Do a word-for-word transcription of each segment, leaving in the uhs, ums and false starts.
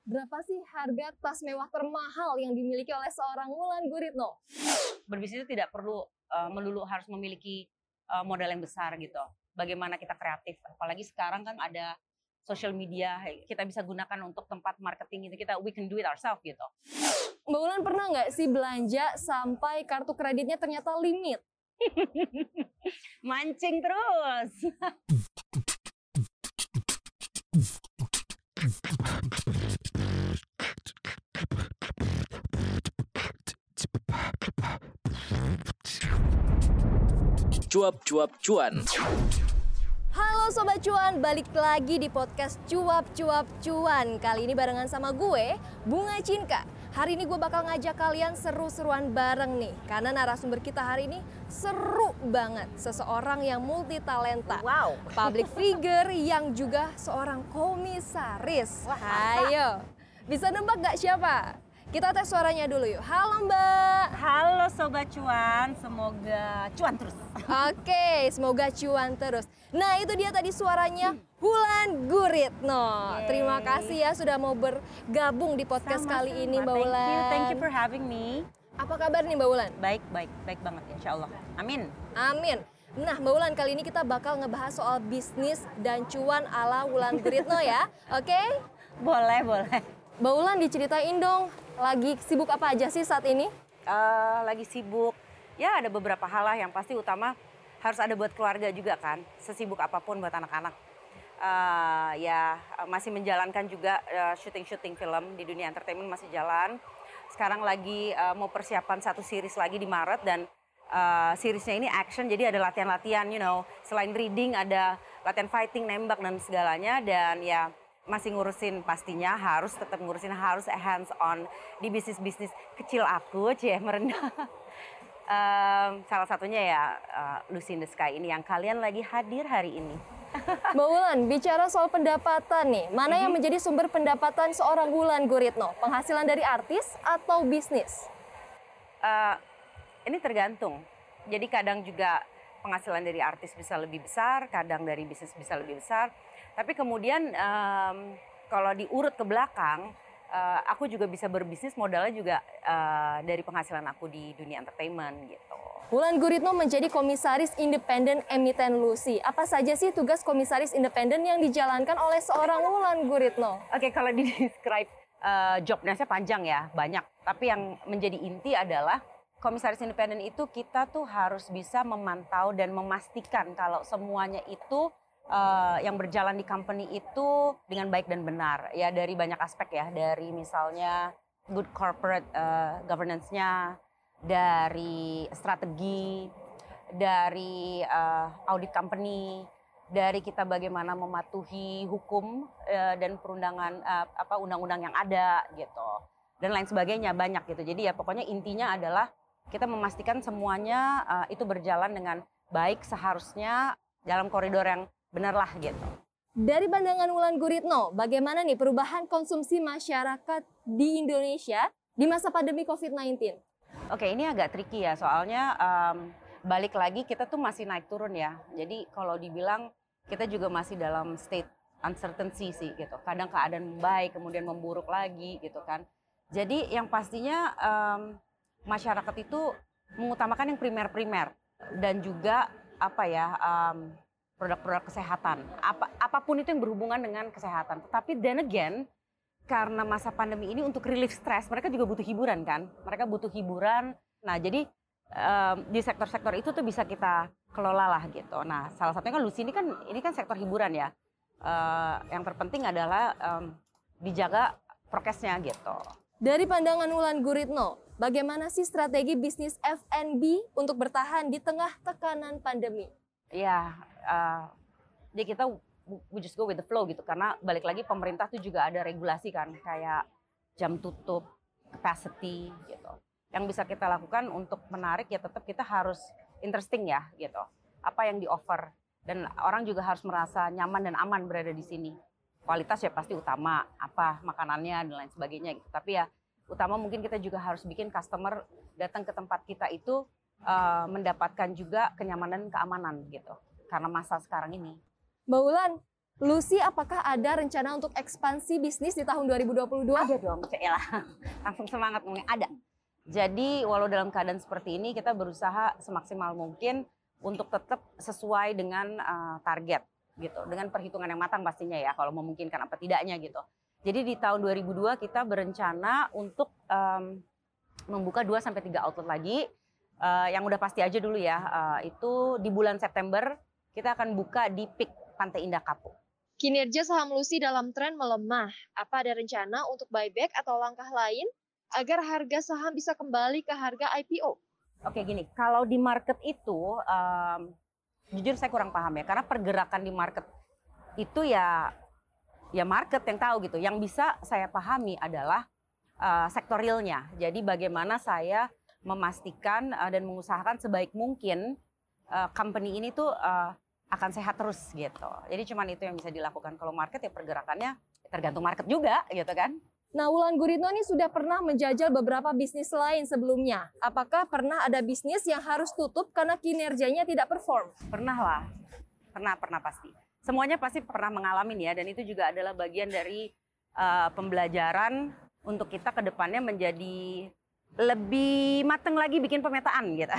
Berapa sih harga tas mewah termahal yang dimiliki oleh seorang Wulan Guritno? Berbisnis itu tidak perlu uh, melulu harus memiliki uh, modal yang besar gitu. Bagaimana kita kreatif, apalagi sekarang kan ada social media, kita bisa gunakan untuk tempat marketing itu, kita we can do it ourselves gitu. Mbak Wulan pernah nggak sih belanja sampai kartu kreditnya ternyata limit? Mancing terus. Cuap-cuap cuan. Halo Sobat Cuan, balik lagi di podcast Cuap-cuap cuan. Kali ini barengan sama gue, Bunga Cinka. Hari ini gue bakal ngajak kalian seru-seruan bareng nih. Karena narasumber kita hari ini seru banget. Seseorang yang multi talenta. Wow. Public figure yang juga seorang komisaris. Wah, ayo, bisa nebak gak siapa? Kita tes suaranya dulu yuk. Halo Mbak. Halo Sobat Cuan, semoga cuan terus. Oke, semoga cuan terus. Nah itu dia tadi suaranya Wulan Guritno. Yeay. Terima kasih ya sudah mau bergabung di podcast Sama-sama. kali ini Mbak Thank Wulan. you, thank you for having me. Apa kabar nih Mbak Wulan? Baik, baik, baik banget insya Allah. Amin. Amin. Nah Mbak Wulan, kali ini kita bakal ngebahas soal bisnis dan cuan ala Wulan Guritno ya. Oke? Boleh, boleh. Mbak Wulan diceritain dong, lagi sibuk apa aja sih saat ini? Uh, lagi sibuk. Ya ada beberapa hal lah yang pasti utama harus ada buat keluarga juga kan. Sesibuk apapun buat anak-anak. Uh, ya masih menjalankan juga uh, syuting-syuting film di dunia entertainment masih jalan. Sekarang lagi uh, mau persiapan satu series lagi di Maret dan uh, seriesnya ini action. Jadi ada latihan-latihan, you know. Selain reading ada latihan fighting, nembak dan segalanya. Dan ya masih ngurusin pastinya harus tetap ngurusin harus hands on di bisnis-bisnis kecil aku, cie merendah. um, salah satunya ya uh, Lucy in the Sky ini yang kalian lagi hadir hari ini. Mbak Wulan, bicara soal pendapatan nih, mana yang menjadi sumber pendapatan seorang Wulan Guritno? Penghasilan dari artis atau bisnis? Uh, ini tergantung. Jadi kadang juga penghasilan dari artis bisa lebih besar, kadang dari bisnis bisa lebih besar. Tapi kemudian um, kalau diurut ke belakang, uh, aku juga bisa berbisnis modalnya juga uh, dari penghasilan aku di dunia entertainment gitu. Wulan Guritno menjadi komisaris independen emiten Lucy. Apa saja sih tugas komisaris independen yang dijalankan oleh seorang Wulan Guritno? Oke, okay, kalau di-describe uh, jobnya panjang ya, banyak. Tapi yang menjadi inti adalah komisaris independen itu kita tuh harus bisa memantau dan memastikan kalau semuanya itu Uh, yang berjalan di company itu dengan baik dan benar ya, dari banyak aspek ya, dari misalnya good corporate uh, governance-nya, dari strategi, dari uh, audit company, dari kita bagaimana mematuhi hukum uh, dan perundangan uh, apa undang-undang yang ada gitu dan lain sebagainya, banyak gitu. Jadi ya pokoknya intinya adalah kita memastikan semuanya uh, itu berjalan dengan baik seharusnya dalam koridor yang benar lah gitu. Dari pandangan Wulan Guritno, bagaimana nih perubahan konsumsi masyarakat di Indonesia di masa pandemi covid sembilan belas? Oke, ini agak tricky ya, soalnya um, balik lagi kita tuh masih naik turun ya. Jadi kalau dibilang kita juga masih dalam state uncertainty sih gitu. Kadang keadaan baik, kemudian memburuk lagi gitu kan. Jadi yang pastinya um, masyarakat itu mengutamakan yang primer-primer dan juga apa ya, um, produk-produk kesehatan, apa apapun itu yang berhubungan dengan kesehatan. Tetapi then again, karena masa pandemi ini untuk relief stres, mereka juga butuh hiburan kan, mereka butuh hiburan. Nah jadi um, di sektor-sektor itu tuh bisa kita kelola lah gitu. Nah salah satunya kan Lucy ini kan ini kan sektor hiburan ya. Uh, yang terpenting adalah um, dijaga prokesnya gitu. Dari pandangan Wulan Guritno, bagaimana sih strategi bisnis F and B untuk bertahan di tengah tekanan pandemi? Ya, uh, jadi kita we just go with the flow gitu, karena balik lagi pemerintah tuh juga ada regulasi kan, kayak jam tutup, capacity gitu. Yang bisa kita lakukan untuk menarik ya tetap kita harus interesting ya gitu. Apa yang di offer dan orang juga harus merasa nyaman dan aman berada di sini. Kualitas ya pasti utama, apa makanannya dan lain sebagainya gitu. Tapi ya utama mungkin kita juga harus bikin customer datang ke tempat kita itu Uh, mendapatkan juga kenyamanan dan keamanan gitu karena masa sekarang ini. Mbak Wulan, Lucy, apakah ada rencana untuk ekspansi bisnis di tahun dua ribu dua puluh dua? Ada dong, Cela. Langsung semangat ngomongnya, ada. Jadi walau dalam keadaan seperti ini kita berusaha semaksimal mungkin untuk tetap sesuai dengan uh, target gitu, dengan perhitungan yang matang pastinya ya kalau memungkinkan apa tidaknya gitu. Jadi di tahun dua ribu dua kita berencana untuk um, membuka dua sampai tiga outlet lagi. Uh, yang udah pasti aja dulu ya, uh, itu di bulan September kita akan buka di Peak Pantai Indah Kapuk. Kinerja saham Lucy dalam tren melemah. Apa ada rencana untuk buyback atau langkah lain agar harga saham bisa kembali ke harga I P O? Oke gini, kalau di market itu, um, jujur saya kurang paham ya, karena pergerakan di market itu ya, ya market yang tahu gitu. Yang bisa saya pahami adalah uh, sektor realnya. Jadi bagaimana saya memastikan uh, dan mengusahakan sebaik mungkin uh, company ini tuh uh, akan sehat terus gitu. Jadi cuman itu yang bisa dilakukan. Kalau market ya pergerakannya tergantung market juga gitu kan. Nah, Wulan Guritno ini sudah pernah menjajal beberapa bisnis lain sebelumnya. Apakah pernah ada bisnis yang harus tutup karena kinerjanya tidak perform? Pernah lah, pernah, pernah pasti. Semuanya pasti pernah mengalami ya, dan itu juga adalah bagian dari uh, pembelajaran untuk kita ke depannya menjadi lebih matang lagi bikin pemetaan gitu.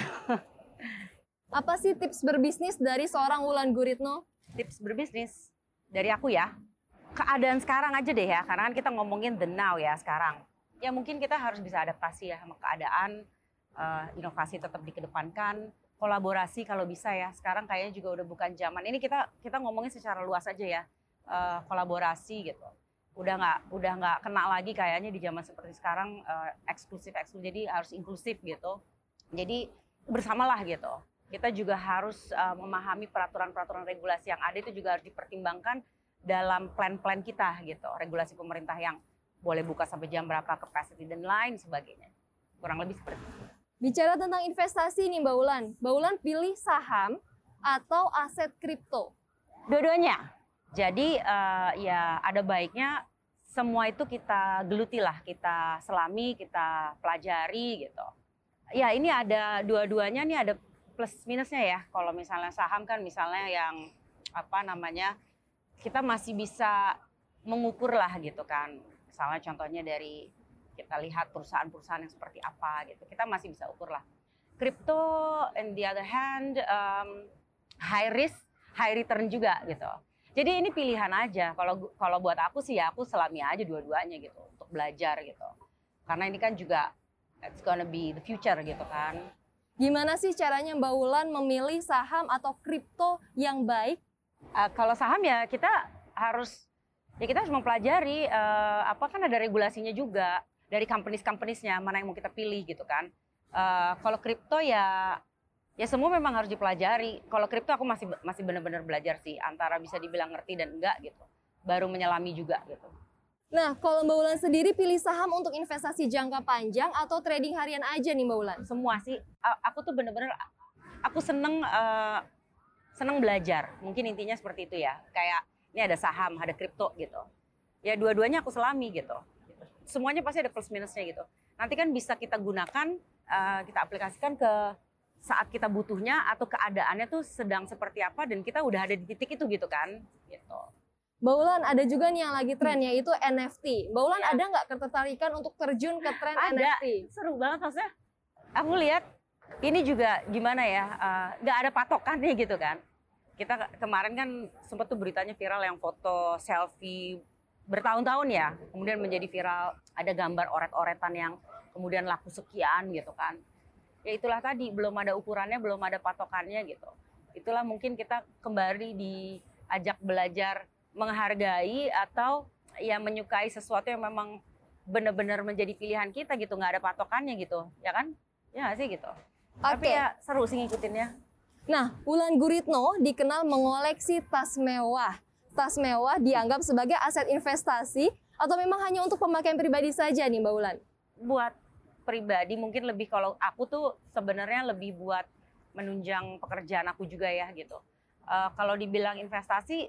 Apa sih tips berbisnis dari seorang Wulan Guritno? Tips berbisnis dari aku ya, keadaan sekarang aja deh ya, karena kan kita ngomongin the now ya sekarang. Ya mungkin kita harus bisa adaptasi ya sama keadaan, uh, inovasi tetap dikedepankan, kolaborasi kalau bisa ya. Sekarang kayaknya juga udah bukan zaman. Ini kita kita ngomongin secara luas aja ya, uh, kolaborasi gitu. Udah nggak udah nggak kena lagi kayaknya di zaman seperti sekarang uh, eksklusif eksklusif. Jadi harus inklusif gitu. Jadi bersamalah gitu. Kita juga harus uh, memahami peraturan-peraturan regulasi yang ada itu juga harus dipertimbangkan dalam plan-plan kita gitu. Regulasi pemerintah yang boleh buka sampai jam berapa, capacity dan lain sebagainya. Kurang lebih seperti itu. Bicara tentang investasi nih Mbak Wulan, Mbak Wulan pilih saham atau aset kripto? Dua-duanya. Jadi uh, ya ada baiknya semua itu kita geluti lah, kita selami, kita pelajari gitu. Ya ini ada dua-duanya nih ada plus minusnya ya. Kalau misalnya saham kan misalnya yang apa namanya kita masih bisa mengukur lah gitu kan. Misalnya contohnya dari kita lihat perusahaan-perusahaan yang seperti apa gitu. Kita masih bisa ukur lah. Crypto on the other hand um, high risk, high return juga gitu. Jadi ini pilihan aja. Kalau kalau buat aku sih ya aku selami aja dua-duanya gitu untuk belajar gitu. Karena ini kan juga it's gonna be the future gitu kan. Gimana sih caranya Mbak Wulan memilih saham atau kripto yang baik? Uh, kalau saham ya kita harus ya kita harus mempelajari uh, apa kan ada regulasinya juga dari companies-companiesnya mana yang mau kita pilih gitu kan. Uh, kalau kripto ya ya semua memang harus dipelajari. Kalau kripto aku masih masih benar-benar belajar sih antara bisa dibilang ngerti dan enggak gitu. Baru menyelami juga gitu. Nah, kalau Mbak Wulan sendiri pilih saham untuk investasi jangka panjang atau trading harian aja nih Mbak Wulan? Semua sih. Aku tuh bener-bener, aku seneng, uh, seneng belajar. Mungkin intinya seperti itu ya. Kayak ini ada saham, ada kripto gitu. Ya dua-duanya aku selami gitu. Semuanya pasti ada plus minusnya gitu. Nanti kan bisa kita gunakan, uh, kita aplikasikan ke saat kita butuhnya atau keadaannya tuh sedang seperti apa dan kita udah ada di titik itu gitu kan. Gitu. Mbak Wulan, ada juga nih yang lagi tren yaitu N F T. Mbak Wulan Ya. ada nggak ketertarikan untuk terjun ke tren Ada. N F T? Seru banget maksudnya. Aku lihat ini juga gimana ya, uh, nggak ada patokannya gitu kan. Kita kemarin kan sempat tuh beritanya viral yang foto selfie bertahun-tahun ya. Kemudian menjadi viral, ada gambar oret-oretan yang kemudian laku sekian gitu kan. Ya itulah tadi, belum ada ukurannya, belum ada patokannya gitu. Itulah mungkin kita kembali diajak belajar menghargai atau ya menyukai sesuatu yang memang benar-benar menjadi pilihan kita gitu, nggak ada patokannya gitu, ya kan? Ya nggak sih gitu. Tapi Oke. ya seru sih ngikutinnya. Nah, Wulan Guritno dikenal mengoleksi tas mewah. Tas mewah dianggap sebagai aset investasi atau memang hanya untuk pemakaian pribadi saja nih Mbak Wulan? Buat pribadi mungkin lebih, kalau aku tuh sebenarnya lebih buat menunjang pekerjaan aku juga ya gitu. Uh, kalau dibilang investasi,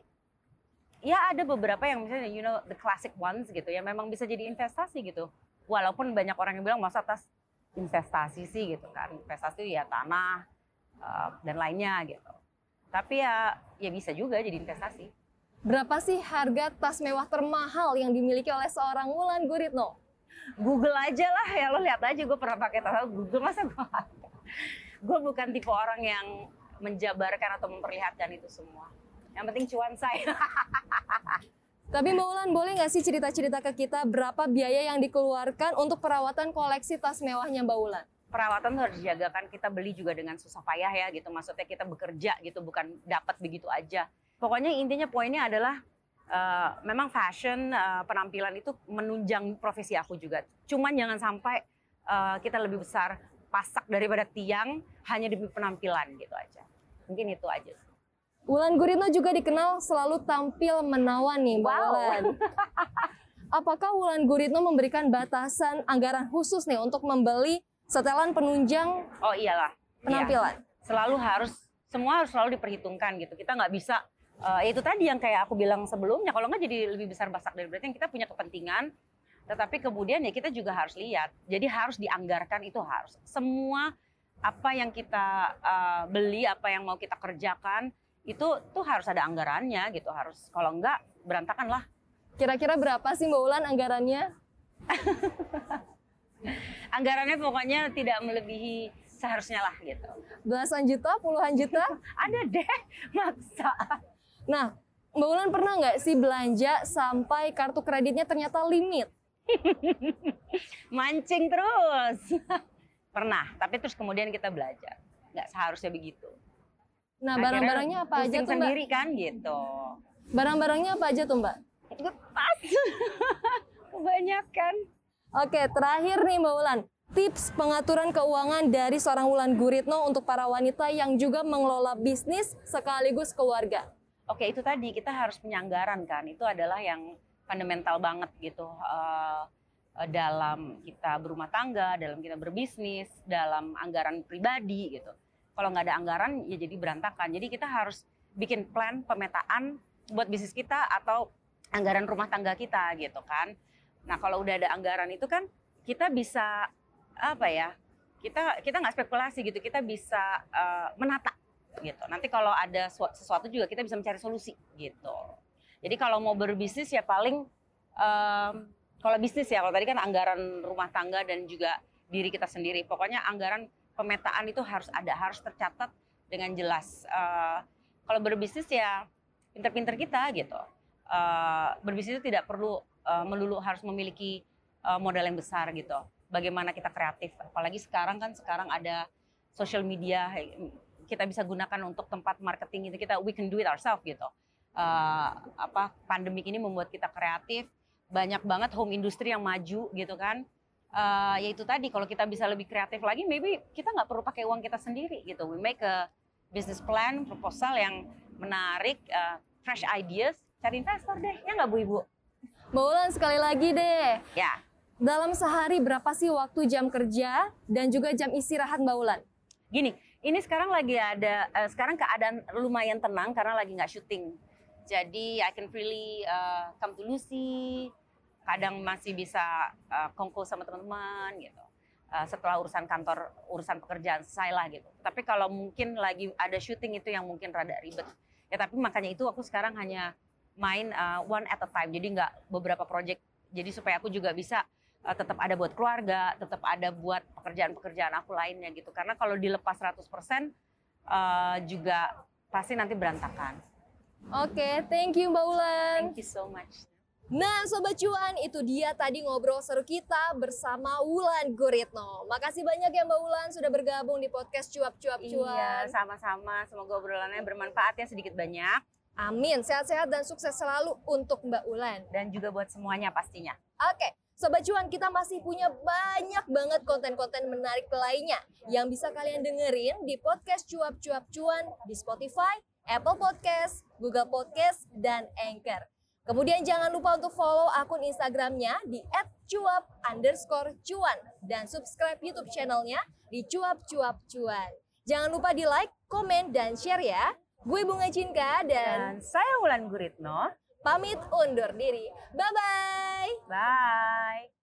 ya ada beberapa yang misalnya you know the classic ones gitu ya memang bisa jadi investasi gitu. Walaupun banyak orang yang bilang masa tas investasi sih gitu kan. Investasi ya tanah uh, dan lainnya gitu. Tapi ya ya bisa juga jadi investasi. Berapa sih harga tas mewah termahal yang dimiliki oleh seorang Wulan Guritno? Google aja lah, ya lo lihat aja gue pernah pakai tas Google, masa gue gue bukan tipe orang yang menjabarkan atau memperlihatkan itu semua. Yang penting cuan saya. Tapi Mbak Wulan, boleh nggak sih cerita-cerita ke kita berapa biaya yang dikeluarkan untuk perawatan koleksi tas mewahnya Mbak Wulan? Perawatan tuh harus dijaga, kan kita beli juga dengan susah payah ya gitu. Maksudnya kita bekerja gitu, bukan dapat begitu aja. Pokoknya intinya poinnya adalah uh, memang fashion, uh, penampilan itu menunjang profesi aku juga. Cuman jangan sampai uh, kita lebih besar pasak daripada tiang hanya demi penampilan gitu aja. Mungkin itu aja sih. Wulan Guritno juga dikenal selalu tampil menawan nih Mbak Wow. Wulan. Apakah Wulan Guritno memberikan batasan anggaran khusus nih untuk membeli setelan penunjang Oh iyalah. penampilan? Iya. Selalu harus, semua harus selalu diperhitungkan gitu. Kita nggak bisa, uh, itu tadi yang kayak aku bilang sebelumnya, kalau nggak jadi lebih besar pasak dari berarti kita punya kepentingan, tetapi kemudian ya kita juga harus lihat. Jadi harus dianggarkan, itu harus. Semua apa yang kita uh, beli, apa yang mau kita kerjakan, itu tuh harus ada anggarannya gitu, harus. Kalau enggak, berantakan lah. Kira-kira berapa sih Mbak Wulan anggarannya? Anggarannya pokoknya tidak melebihi seharusnya lah gitu. Belasan juta, puluhan juta? Ada deh, maksa. Nah, Mbak Wulan pernah nggak sih belanja sampai kartu kreditnya ternyata limit? Mancing terus. Pernah, tapi terus kemudian kita belajar. Nggak seharusnya begitu. Nah, Akhirnya barang-barangnya apa aja pusing tuh Mbak? sendiri kan gitu. Barang-barangnya apa aja tuh Mbak? Tas. Kebanyakan. Oke, terakhir nih Mbak Wulan. Tips pengaturan keuangan dari seorang Wulan Guritno untuk para wanita yang juga mengelola bisnis sekaligus keluarga. Oke, itu tadi kita harus punya anggaran kan. Itu adalah yang fundamental banget gitu. Uh, dalam kita berumah tangga, dalam kita berbisnis, dalam anggaran pribadi gitu. Kalau nggak ada anggaran ya jadi berantakan. Jadi kita harus bikin plan, pemetaan buat bisnis kita atau anggaran rumah tangga kita gitu kan. Nah kalau udah ada anggaran itu kan kita bisa apa ya? Kita kita nggak spekulasi gitu. Kita bisa uh, menata gitu. Nanti kalau ada sesuatu juga kita bisa mencari solusi gitu. Jadi kalau mau berbisnis ya paling um, kalau bisnis ya, kalau tadi kan anggaran rumah tangga dan juga diri kita sendiri. Pokoknya anggaran pemetaan itu harus ada, harus tercatat dengan jelas. Uh, kalau berbisnis ya pinter-pinter kita gitu. Uh, berbisnis itu tidak perlu uh, melulu harus memiliki uh, modal yang besar gitu. Bagaimana kita kreatif, apalagi sekarang kan sekarang ada social media, kita bisa gunakan untuk tempat marketing itu, kita we can do it ourselves gitu. Uh, apa pandemik ini membuat kita kreatif. Banyak banget home industry yang maju gitu kan. Uh, ya itu tadi, kalau kita bisa lebih kreatif lagi, maybe kita nggak perlu pakai uang kita sendiri gitu. We make a business plan, proposal yang menarik, uh, fresh ideas, cari investor deh, ya nggak Bu Ibu? Mbak Wulan sekali lagi deh. Ya. Dalam sehari berapa sih waktu jam kerja dan juga jam istirahat Mbak Wulan? Gini, ini sekarang lagi ada, uh, sekarang keadaan lumayan tenang karena lagi nggak syuting. Jadi I can freely uh, come to Lucy, kadang masih bisa uh, kongko sama teman-teman gitu. Uh, setelah urusan kantor, urusan pekerjaan selesai lah gitu. Tapi kalau mungkin lagi ada syuting itu yang mungkin rada ribet. Ya tapi makanya itu aku sekarang hanya main uh, one at a time. Jadi nggak beberapa project. Jadi supaya aku juga bisa uh, tetap ada buat keluarga, tetap ada buat pekerjaan-pekerjaan aku lainnya gitu. Karena kalau dilepas seratus persen uh, juga pasti nanti berantakan. Oke, thank you Mbak Wulan. Thank you so much. Nah Sobat Cuan, itu dia tadi ngobrol seru kita bersama Wulan Guritno. Makasih banyak ya Mbak Wulan sudah bergabung di podcast Cuap-Cuap Cuan. Iya, sama-sama. Semoga obrolannya bermanfaat ya sedikit banyak. Amin, sehat-sehat dan sukses selalu untuk Mbak Wulan. Dan juga buat semuanya pastinya. Oke, Sobat Cuan, kita masih punya banyak banget konten-konten menarik lainnya yang bisa kalian dengerin di podcast Cuap-Cuap Cuan di Spotify, Apple Podcast, Google Podcast, dan Anchor. Kemudian jangan lupa untuk follow akun Instagramnya di et cuap underscore cuan dan subscribe YouTube channelnya di Cuap-Cuap Cuan. Jangan lupa di like, komen, dan share ya. Gue Bunga Cinka dan, Dan saya Wulan Guritno. pamit undur diri. Bye-bye! Bye!